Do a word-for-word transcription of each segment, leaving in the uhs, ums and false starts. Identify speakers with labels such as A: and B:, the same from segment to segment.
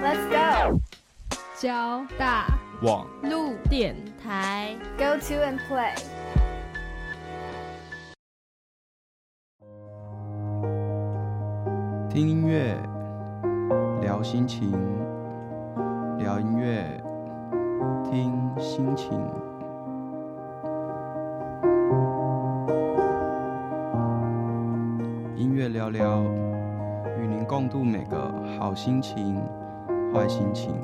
A: Let's go！
B: 交大
C: 网
B: 路电台
A: Go to and play。
C: 听音乐，聊心情，聊音乐，听心情。音乐聊聊，与您共度每个好心情、坏心情。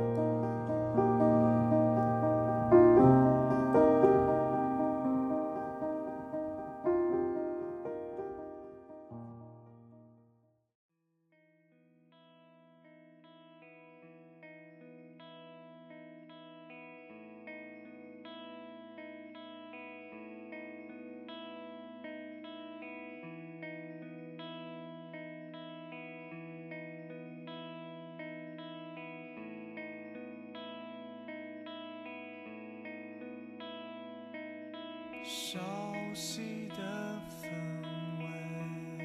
D: 熟悉的氛围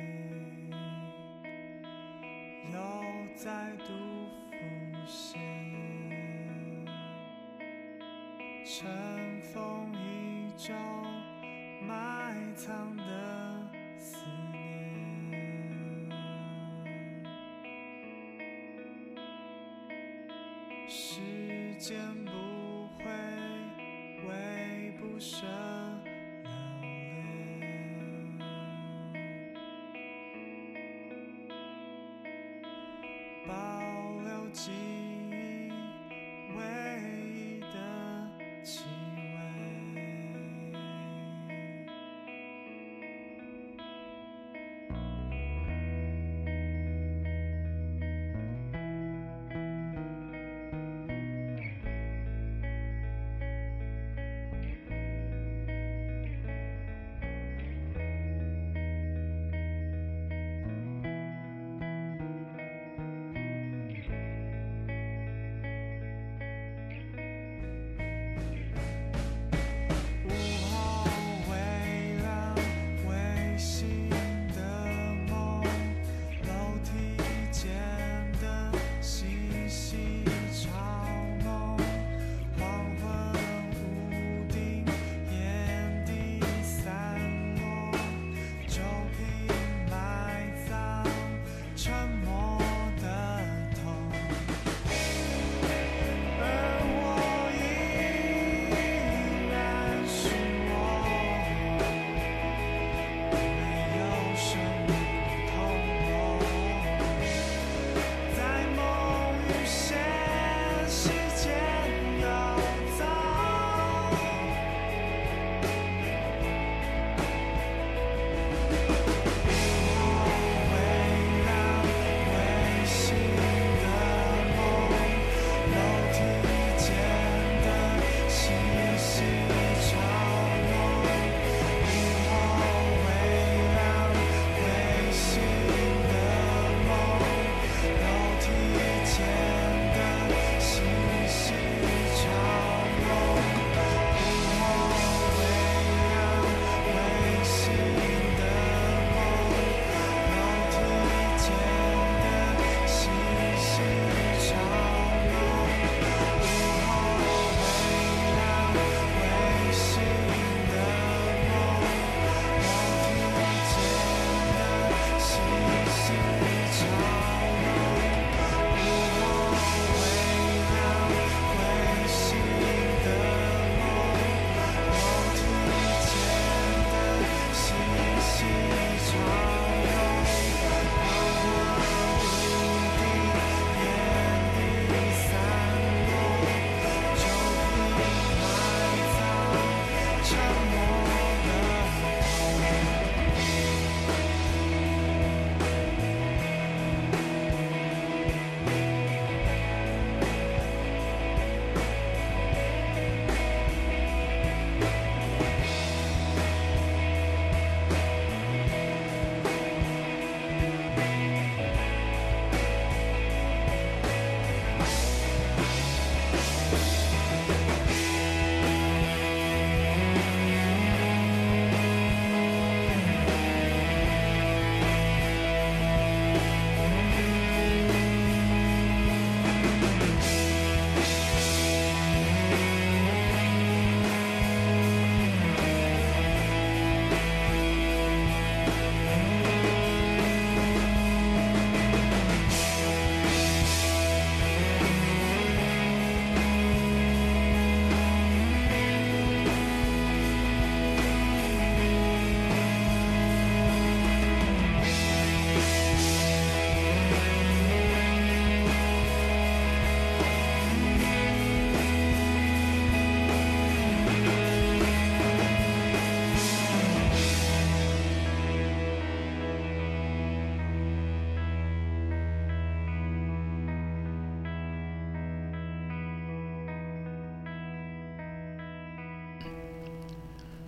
D: 又再度浮现，尘封已久埋藏的思念，时间不会为不舍保留记忆唯一的气味，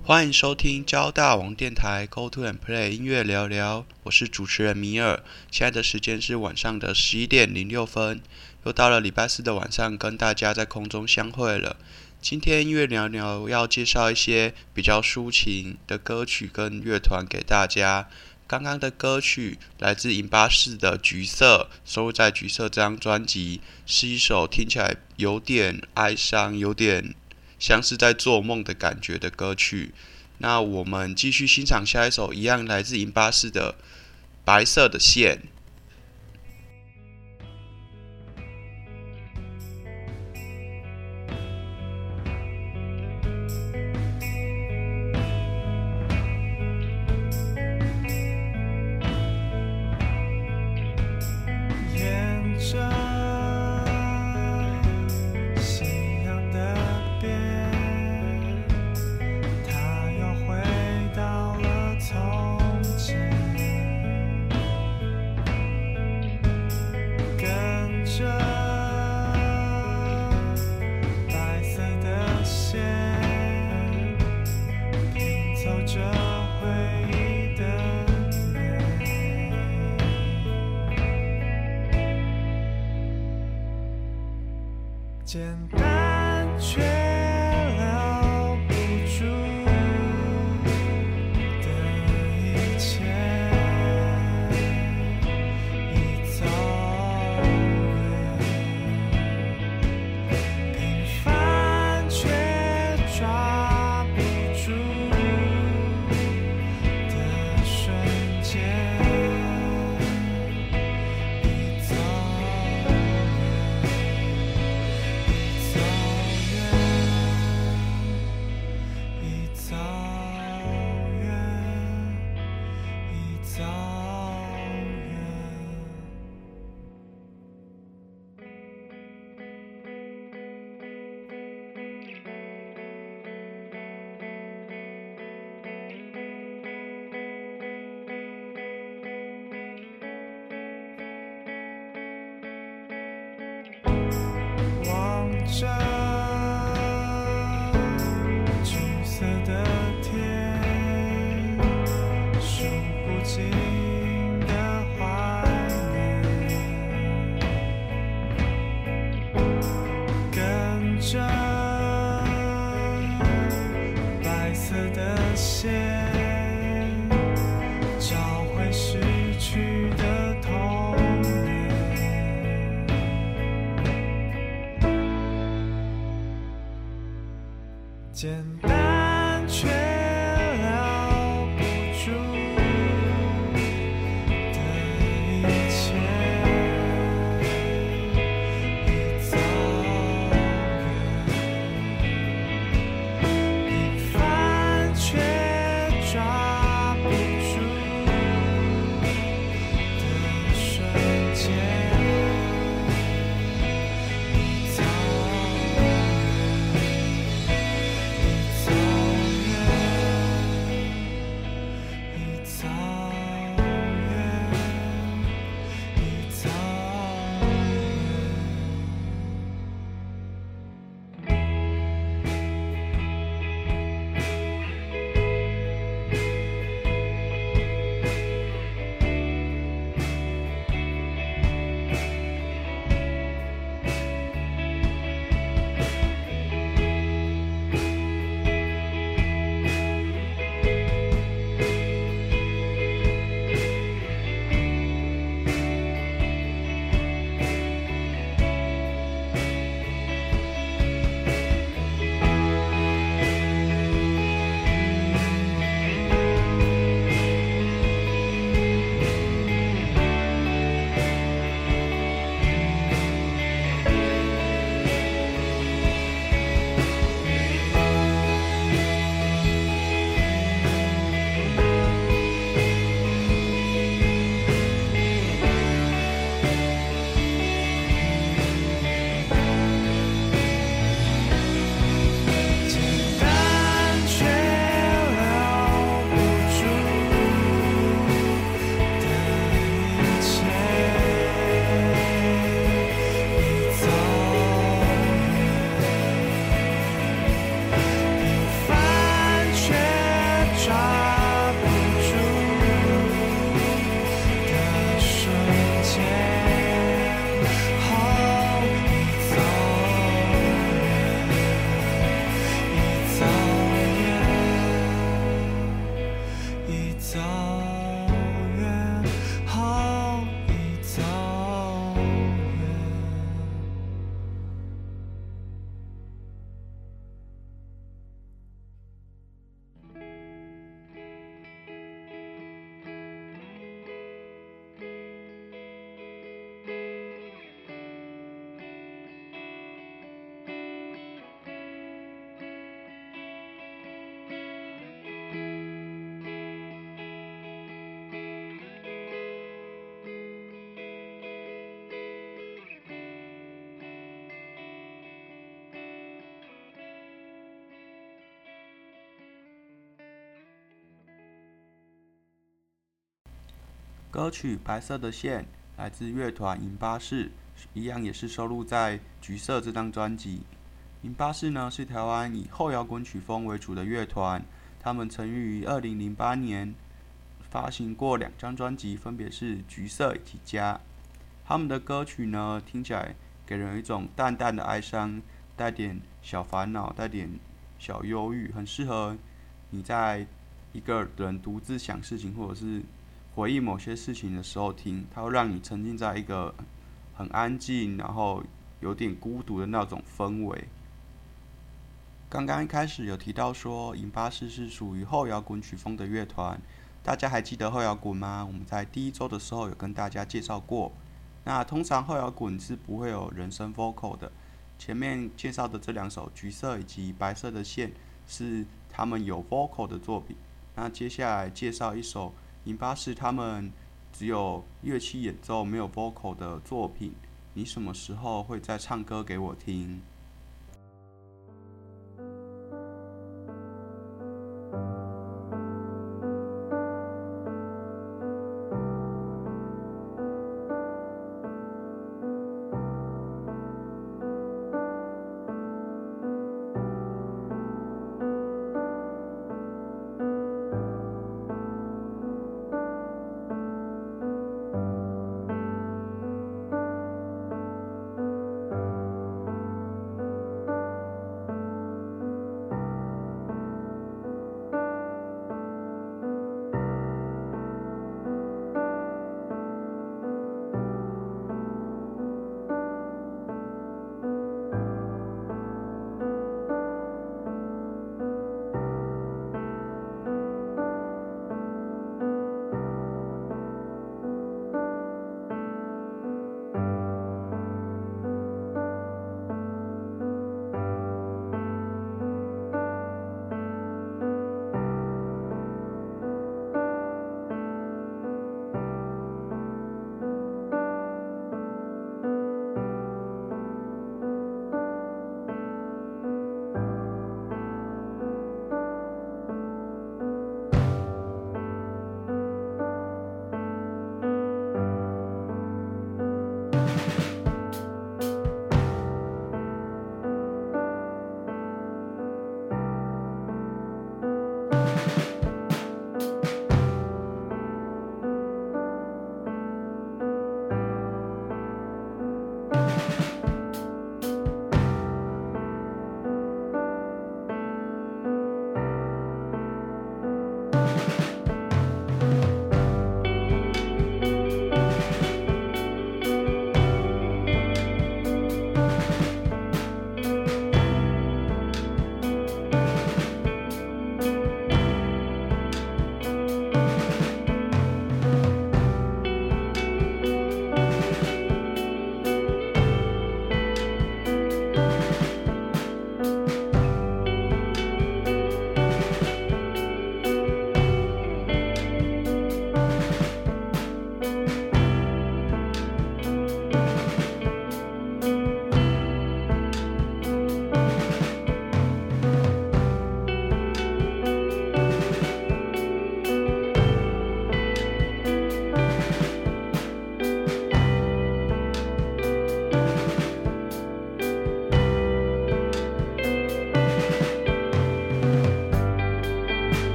C: 欢迎收听交大网电台 Go to and Play 音乐聊聊，我是主持人米尔。现在的时间是晚上的十一点零六分，又到了礼拜四的晚上，跟大家在空中相会了。今天音乐聊聊要介绍一些比较抒情的歌曲跟乐团给大家。刚刚的歌曲来自银巴士的《橘色》，收录在《橘色》这张专辑，是一首听起来有点哀伤、有点像是在做梦的感觉的歌曲。那我们继续欣赏下一首，一样来自银巴士的《白色的线》。
D: 沿着夕阳的边，它又回到了从前，跟着白色的线，拼凑着回忆的脸，简单却留不住的一切，已走远，平凡却抓不住的瞬间，已走望着橘色的天，数不尽的怀念，跟着白色的线，找回失去的童年。简单却留不住的一切，已走远，平凡却抓不住的瞬间，已走远。
C: 歌曲《白色的线》来自乐团银巴士，一样也是收录在《橘色》这张专辑。银巴士呢是台湾以后摇滚曲风为主的乐团，他们曾于二零零八年发行过两张专辑，分别是《橘色》以及《家》。他们的歌曲呢听起来给人一种淡淡的哀伤，带点小烦恼，带点小忧郁，很适合你在一个人独自想事情，或者是回忆某些事情的时候听，它会让你沉浸在一个很安静，然后有点孤独的那种氛围。刚刚一开始有提到说，银巴士是属于后摇滚曲风的乐团，大家还记得后摇滚吗？我们在第一周的时候有跟大家介绍过。那通常后摇滚是不会有人声 vocal 的，前面介绍的这两首《橘色》以及《白色的线》是他们有 vocal 的作品。那接下来介绍一首银巴士他们只有乐器演奏没有 vocal 的作品。你什么时候会再唱歌给我听？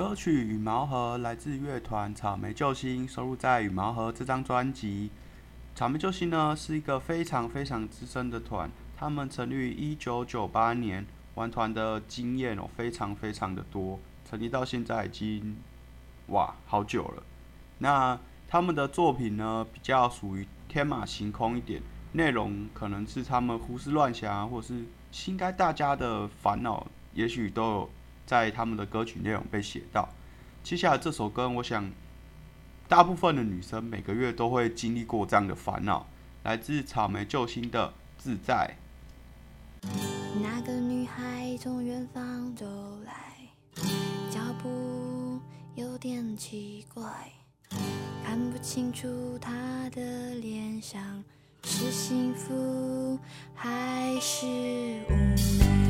C: 歌曲《羽毛河》来自乐团草莓救星，收录在《羽毛河》这张专辑。草莓救星呢是一个非常非常资深的团，他们成立于一九九八年，玩团的经验哦非常非常的多，成立到现在已经哇好久了。那他们的作品呢比较属于天马行空一点，内容可能是他们胡思乱想，或是应该大家的烦恼，也许都有在他们的歌曲内容被写到。接下来这首歌，我想大部分的女生每个月都会经历过这样的烦恼，来自草莓救星的《自在》。
E: 那个女孩从远方走来，脚步有点奇怪，看不清楚她的脸上是幸福还是无奈。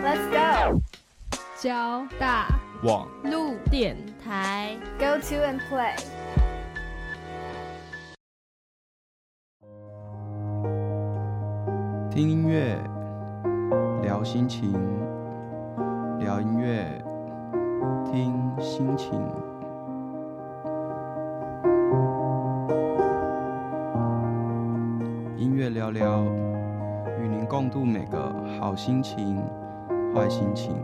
A: Let's go.
B: 交大
D: 网
B: 路电台
A: Go to and play.
C: 听音乐，聊心情，聊音乐，听心情。音乐聊聊，与您共度每个好心情、坏心情。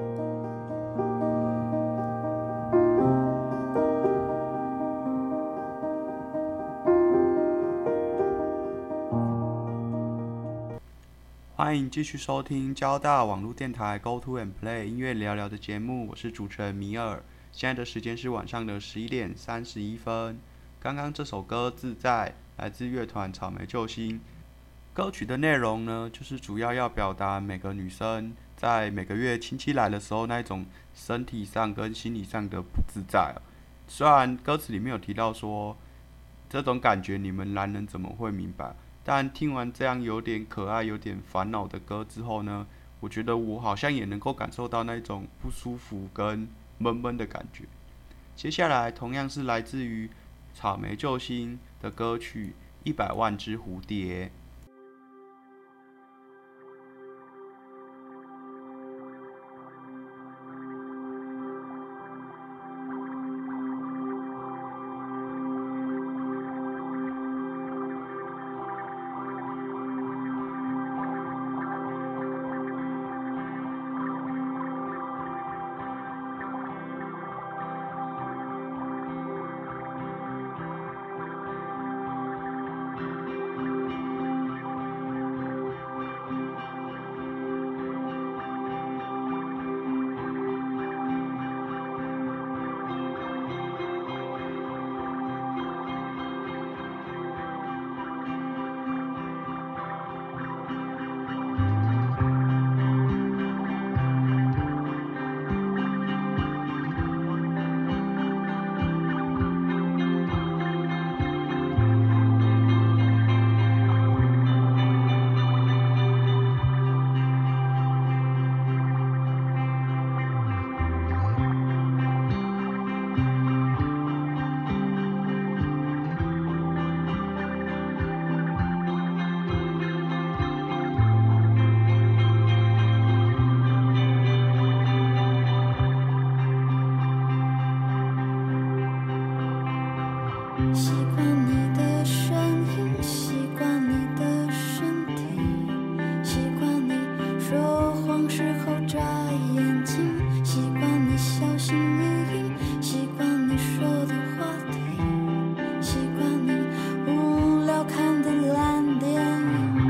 C: 欢迎继续收听交大网络电台 Go to and Play 音乐聊聊的节目，我是主持人米尔。现在的时间是晚上的十一点三十一分。刚刚这首歌《自在》来自乐团草莓救星。歌曲的内容呢，就是主要要表达每个女生在每个月亲戚来的时候那一种身体上跟心理上的不自在。虽然歌词里面有提到说，这种感觉你们男人怎么会明白？但听完这样有点可爱、有点烦恼的歌之后呢，我觉得我好像也能够感受到那种不舒服跟闷闷的感觉。接下来同样是来自于草莓救星的歌曲《一百万只蝴蝶》。
E: 习惯你的声音，习惯你的身体，习惯你说谎时候眨眼睛，习惯你小心翼翼，习惯你说的话题，习惯你无聊看的烂电影。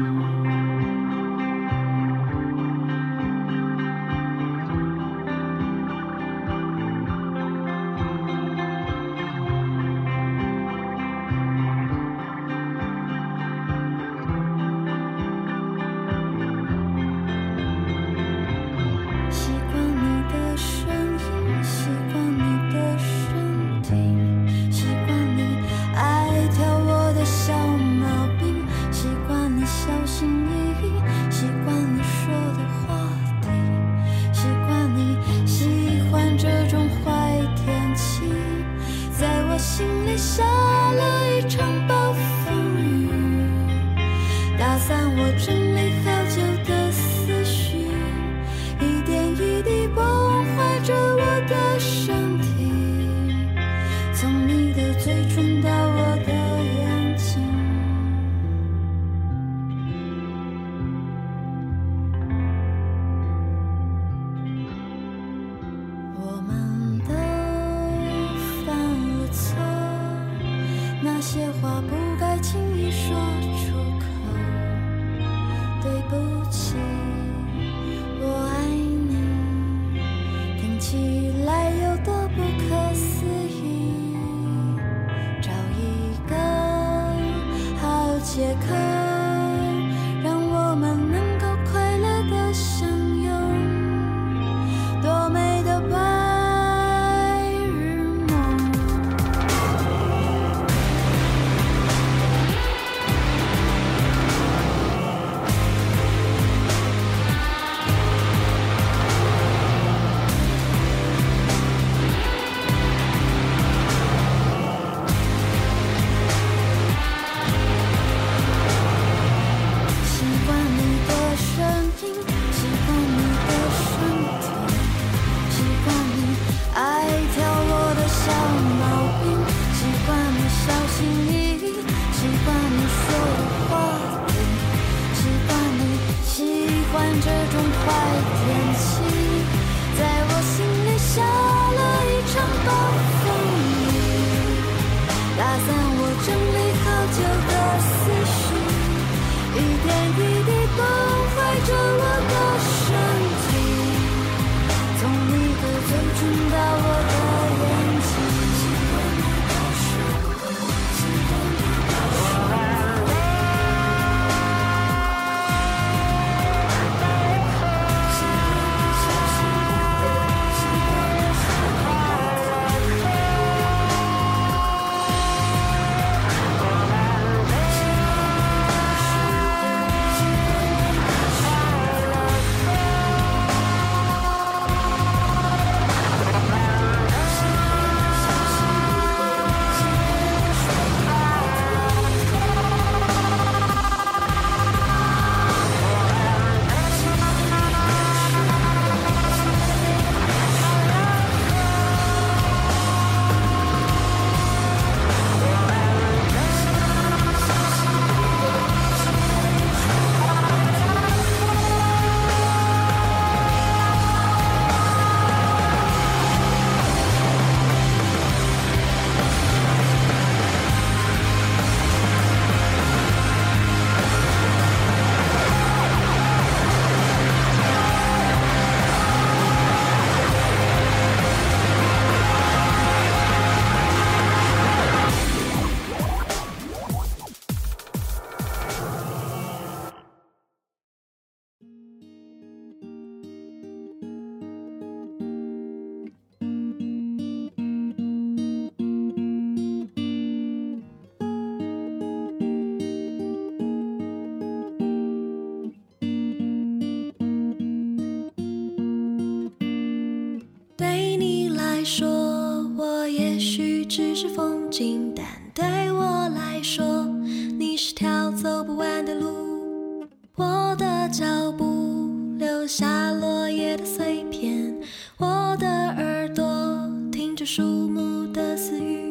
F: 来说，我也许只是风景，但对我来说，你是条走不完的路。我的脚步留下落叶的碎片，我的耳朵听着树木的私语。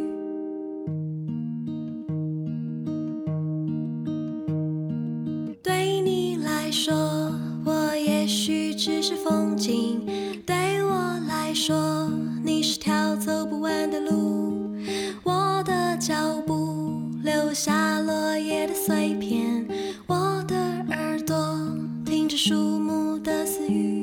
F: 对你来说，我也许只是风景，对我来说，你是条走不完的路。我的脚步留下落叶的碎片，我的耳朵听着树木的私语。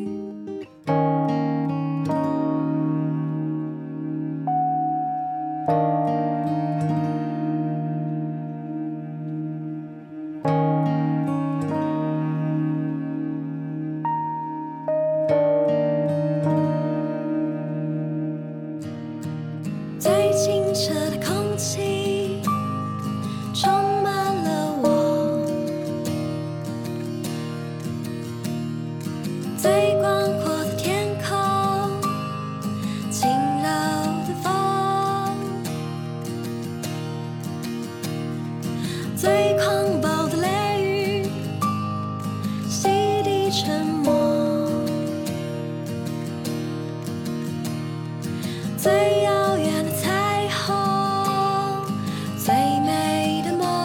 F: 最清澈的空气充满了我，最广阔的天空，轻柔的风，最狂暴的雷雨洗涤沉默，最遥远的彩虹，最美的梦，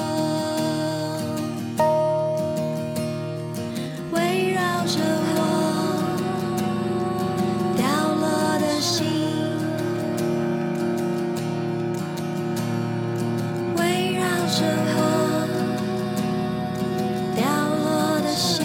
F: 围绕着我掉落的心，围绕着我掉落的心。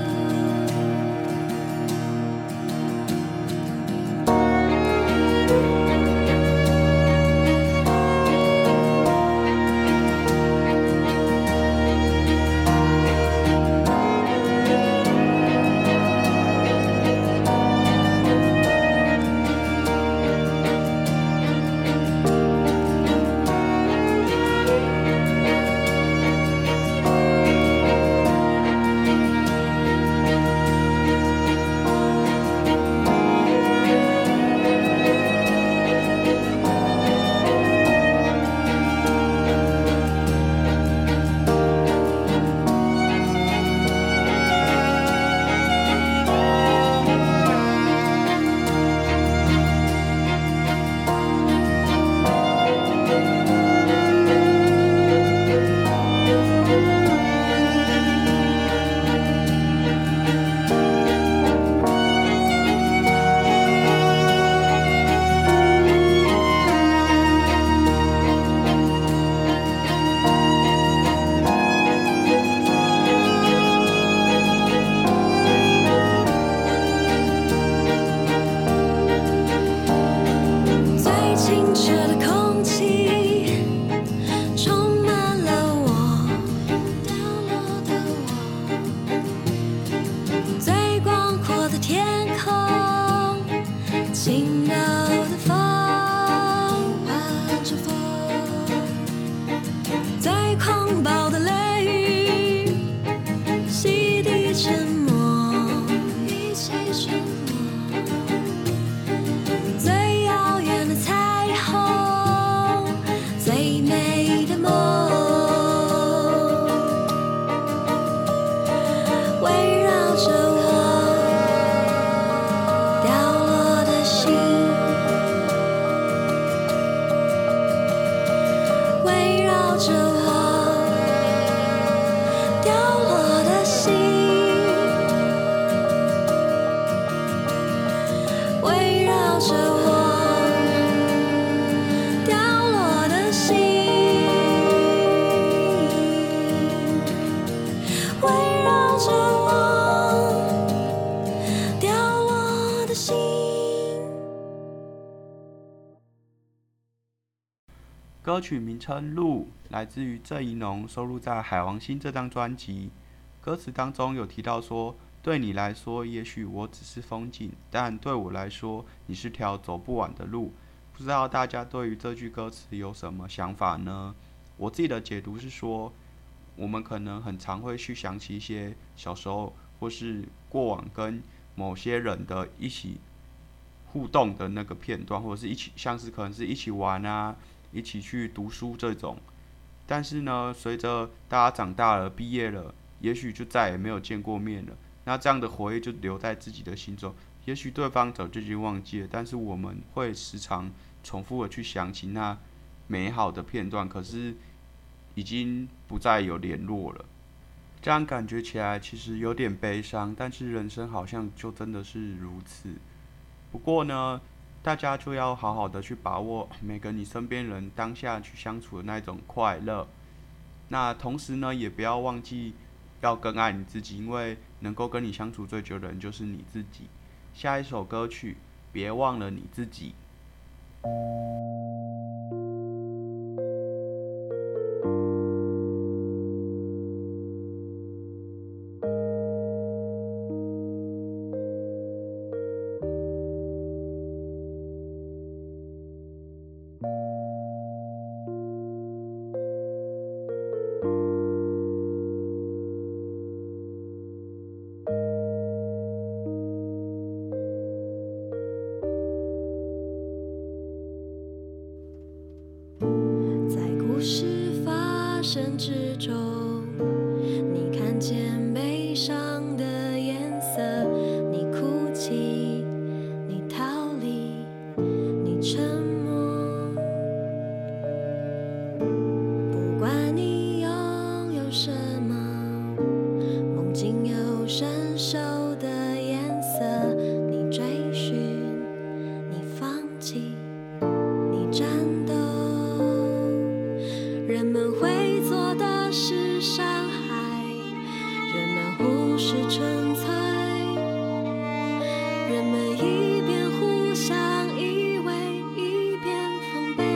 F: 最清澈的空气充满了我，掉落的我，最广阔的天空，轻柔的风，挽着风，最狂暴的雷雨洗涤沉默，一起沉默，最遥远的彩虹，最美的梦，围绕着我掉落的心，围绕着我掉落的心，围绕着我掉落的心，围绕着我掉落的心。
C: 歌曲名称《路》来自于郑宜农，收录在《海王星》这张专辑。歌词当中有提到说，对你来说，也许我只是风景，但对我来说，你是条走不完的路。不知道大家对于这句歌词有什么想法呢？我自己的解读是说，我们可能很常会去想起一些小时候或是过往跟某些人的一起互动的那个片段，或者是一起像是可能是一起玩啊，一起去读书这种。但是呢，随着大家长大了，毕业了，也许就再也没有见过面了。那这样的回忆就留在自己的心中，也许对方早就已经忘记了，但是我们会时常重复的去想起那美好的片段，可是已经不再有联络了。这样感觉起来其实有点悲伤，但是人生好像就真的是如此。不过呢，大家就要好好的去把握每个你身边人当下去相处的那种快乐。那同时呢，也不要忘记要更爱你自己，因为能够跟你相处最久的人就是你自己。下一首歌曲，别忘了你自己。
F: 故事发生之中，你看见悲伤的颜色，你哭泣，你逃离，你沉默。不管你拥有什么，梦境有伸手的颜色，你追寻，你放弃，你战斗。人们会做的是伤害，人们忽视纯粹，人们一边互相依偎，一边防备，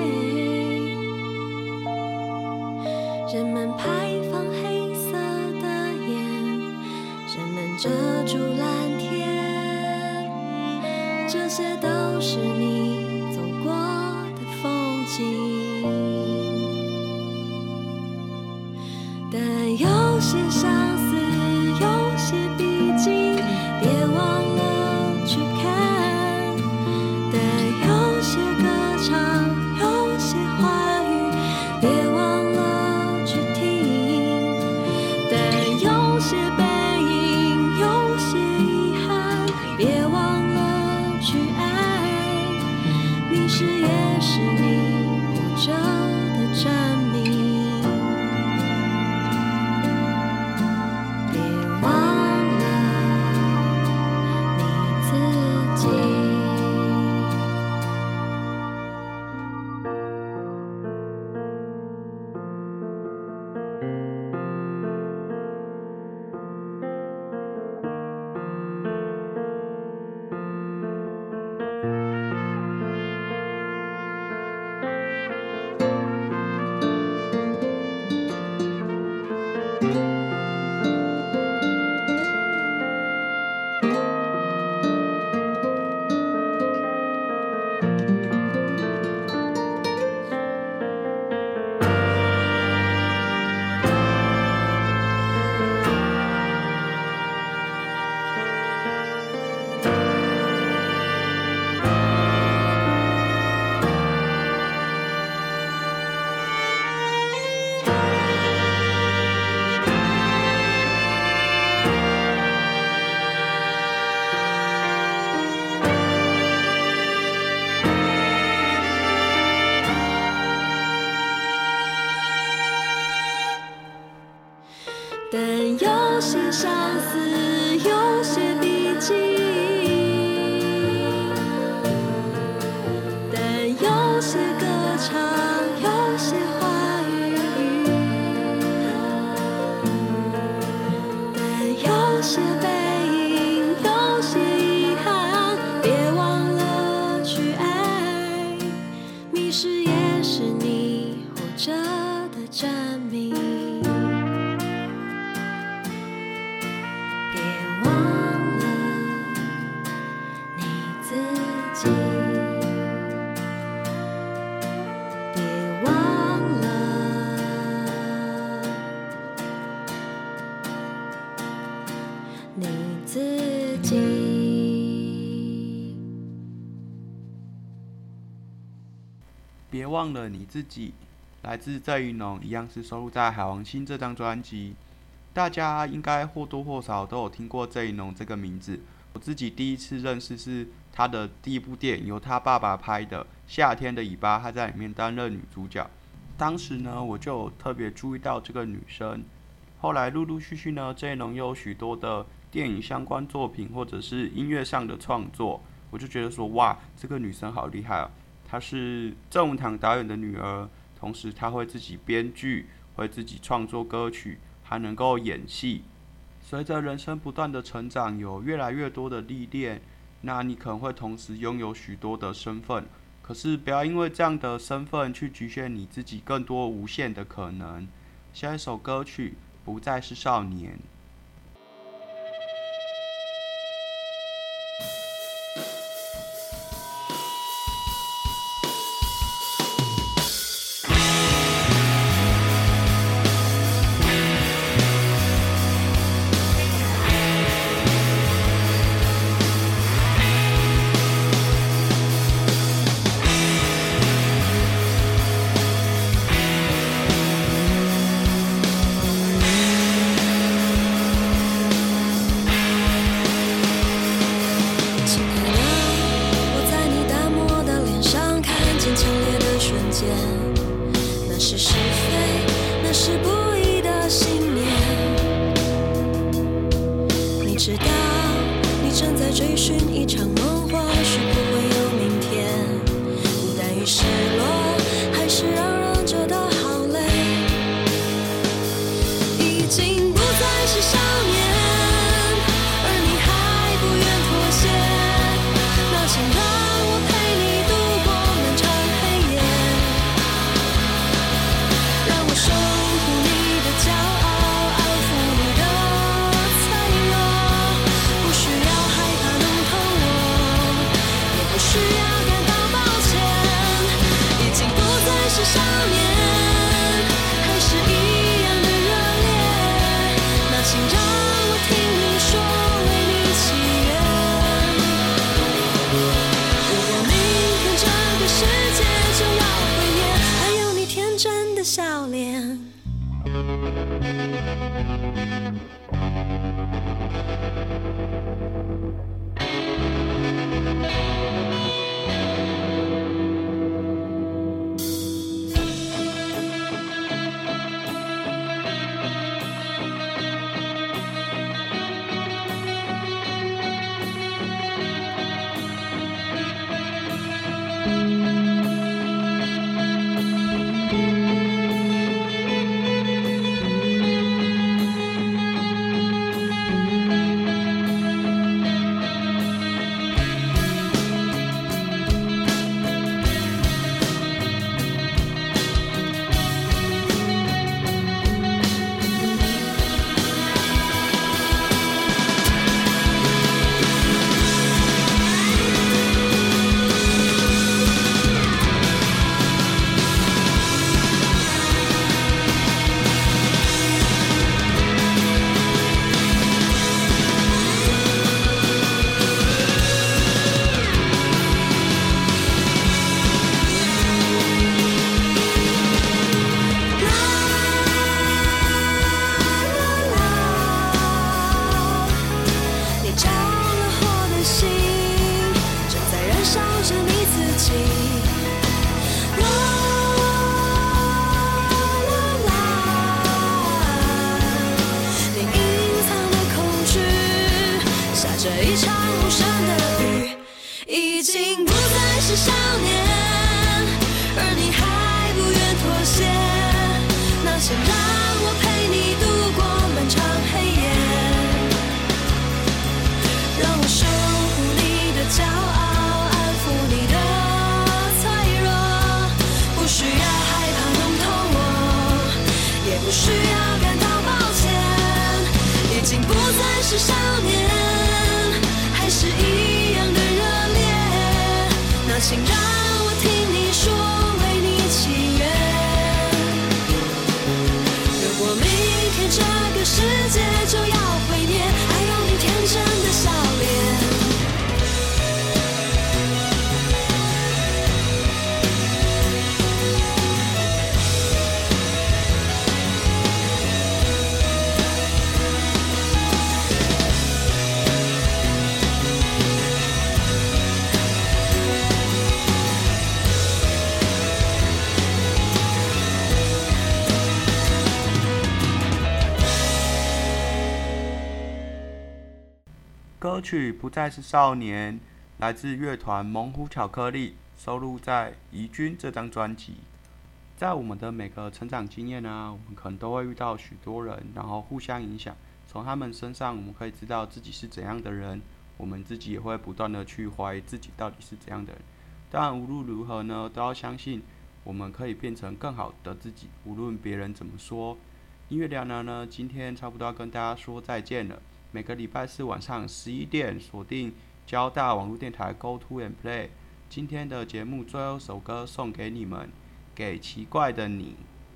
F: 人们排放黑色的烟，人们遮住蓝天，这些都是你走过的风景。但有些相似，有些逼近，别忘了去看。但有些歌唱，有些话语，别忘了去听。但有些背影，有些遗憾，别忘了去爱。迷失也是你活着的证明。但有些相似，有些逼近，但有些歌唱，有些话语，但有些背影，有些遗憾，别忘了去爱。迷失也是你活着的证明。你自己。
C: 别忘了你自己，来自郑宜农，一样是收录在《海王星》这张专辑。大家应该或多或少都有听过郑宜农这个名字。我自己第一次认识是他的第一部电影，由他爸爸拍的《夏天的尾巴》，他在里面担任女主角。当时呢，我就有特别注意到这个女生。后来陆陆续续呢，郑宜农又有许多的电影相关作品或者是音乐上的创作，我就觉得说，哇，这个女生好厉害哦！她是郑文堂导演的女儿，同时她会自己编剧，会自己创作歌曲，还能够演戏。随着人生不断的成长，有越来越多的历练，那你可能会同时拥有许多的身份。可是不要因为这样的身份去局限你自己更多无限的可能。下一首歌曲不再是少年。
F: 请让我听你说，为你祈愿。如果没
C: 曲不再是少年，来自乐团猛虎巧克力，收录在《怡君》这张专辑。在我们的每个成长经验啊，我们可能都会遇到许多人，然后互相影响。从他们身上，我们可以知道自己是怎样的人，我们自己也会不断的去怀疑自己到底是怎样的人。当然，无论如何呢，都要相信我们可以变成更好的自己，无论别人怎么说。音乐聊聊呢，今天差不多要跟大家说再见了。每个礼拜四晚上十一点，锁定交大网络电台 Go To and Play。今天的节目最后一首歌送给你们，给奇怪的你。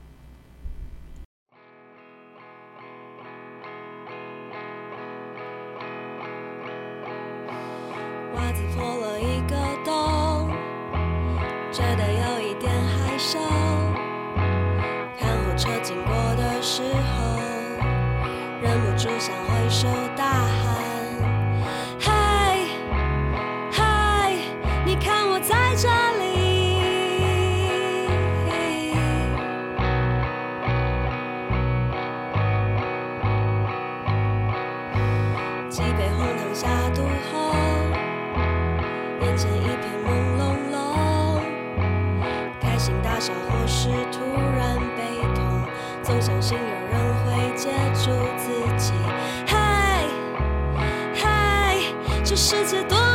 F: 袜子破了一个洞，觉得有一点害羞。看火车经过的时候，忍不住想挥手大喊：嘿，嘿，你看我在这里。几杯红糖下肚后，眼前一片朦胧胧，开心大笑或是突然悲痛，总相信有人会接住自己。嘿，嘿，这世界多